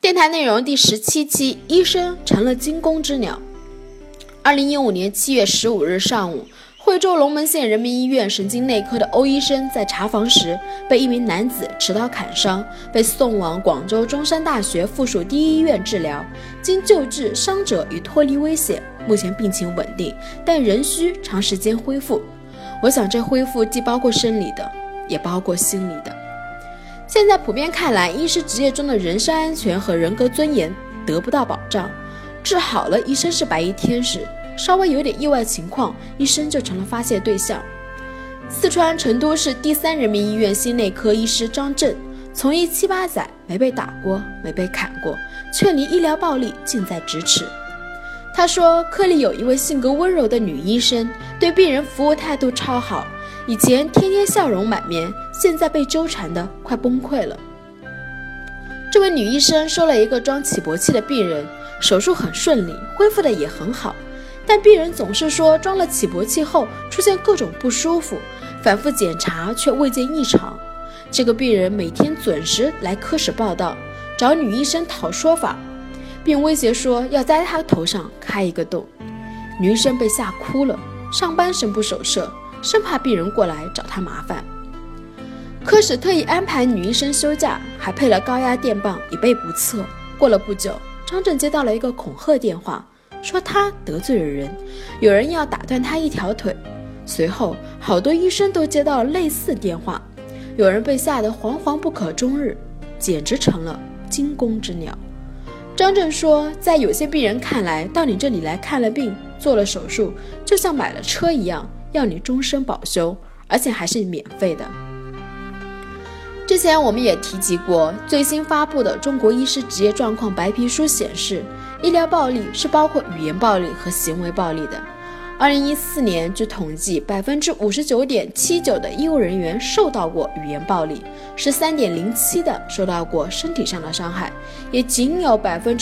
电台内容第17期，医生成了惊弓之鸟。2015年7月15日上午，惠州龙门县人民医院神经内科的欧医生在查房时被一名男子持刀砍伤，被送往广州中山大学附属第一医院治疗。经救治，伤者已脱离危险，目前病情稳定，但仍需长时间恢复。我想这恢复既包括生理的，也包括心理的。现在普遍看来，医师职业中的人身安全和人格尊严得不到保障。治好了，医生是白衣天使；稍微有点意外情况，医生就成了发泄对象。四川成都市第3人民医院心内科医师张震，从医7、8载，没被打过，没被砍过，却离医疗暴力近在咫尺。他说，科里有一位性格温柔的女医生，对病人服务态度超好，以前天天笑容满面，现在被纠缠得快崩溃了。这位女医生收了一个装起搏器的病人，手术很顺利，恢复的也很好，但病人总是说装了起搏器后出现各种不舒服，反复检查却未见异常。这个病人每天准时来科室报到，找女医生讨说法，并威胁说要在他头上开一个洞。女医生被吓哭了，上班神不守舍，生怕病人过来找他麻烦。科室特意安排女医生休假，还配了高压电棒以备不测。过了不久，张震接到了一个恐吓电话，说他得罪了人，有人要打断他一条腿。随后好多医生都接到了类似电话，有人被吓得惶惶不可终日，简直成了惊弓之鸟。张震说，在有些病人看来，到你这里来看了病，做了手术，就像买了车一样，要你终身保修，而且还是免费的。之前我们也提及过，最新发布的《中国医师职业状况白皮书》显示，医疗暴力是包括语言暴力和行为暴力的。2014年，据统计，59.79% 的医务人员受到过语言暴力，13.07% 的受到过身体上的伤害，也仅有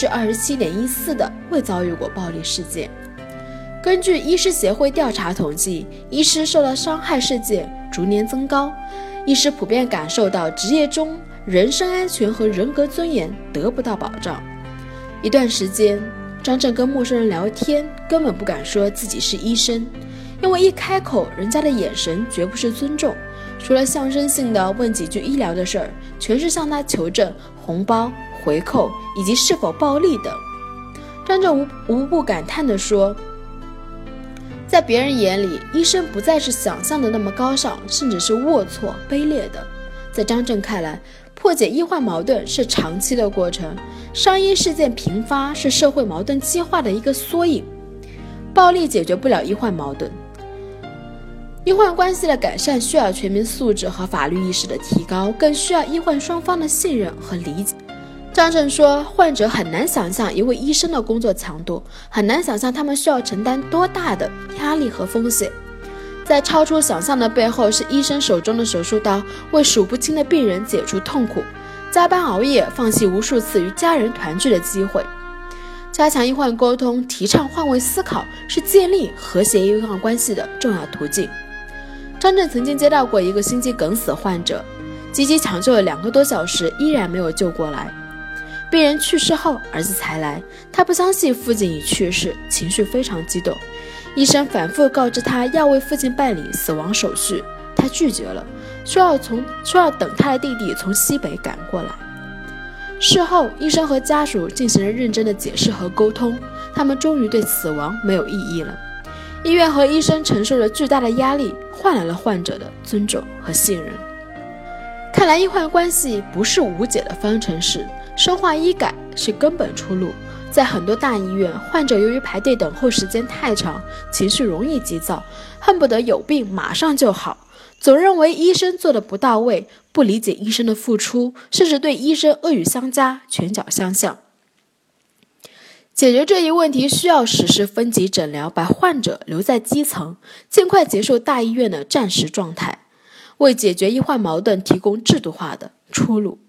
27.14% 的未遭遇过暴力事件。根据医师协会调查统计，医师受到伤害事件逐年增高，医师普遍感受到职业中人身安全和人格尊严得不到保障。一段时间，张震跟陌生人聊天，根本不敢说自己是医生，因为一开口，人家的眼神绝不是尊重，除了象征性的问几句医疗的事儿，全是向他求证红包、回扣以及是否暴力等。张震无不感叹地说，在别人眼里，医生不再是想象的那么高尚，甚至是龌龊卑劣的。在张震看来，破解医患矛盾是长期的过程，伤医事件频发是社会矛盾激化的一个缩影。暴力解决不了医患矛盾，医患关系的改善需要全民素质和法律意识的提高，更需要医患双方的信任和理解。张震说，患者很难想象一位医生的工作强度，很难想象他们需要承担多大的压力和风险。在超出想象的背后，是医生手中的手术刀为数不清的病人解除痛苦，加班熬夜，放弃无数次与家人团聚的机会。加强医患沟通，提倡换位思考，是建立和谐医患关系的重要途径。张震曾经接到过一个心肌梗死患者，积极抢救了2个多小时，依然没有救过来。病人去世后，儿子才来，他不相信父亲已去世，情绪非常激动。医生反复告知他要为父亲办理死亡手续，他拒绝了，说要等他的弟弟从西北赶过来。事后，医生和家属进行了认真的解释和沟通，他们终于对死亡没有异议了。医院和医生承受了巨大的压力，换来了患者的尊重和信任。看来医患关系不是无解的方程式，深化医改是根本出路。在很多大医院，患者由于排队等候时间太长，情绪容易急躁，恨不得有病马上就好，总认为医生做的不到位，不理解医生的付出，甚至对医生恶语相加，拳脚相向。解决这一问题需要实施分级诊疗，把患者留在基层，尽快结束大医院的暂时状态，为解决医患矛盾提供制度化的出路。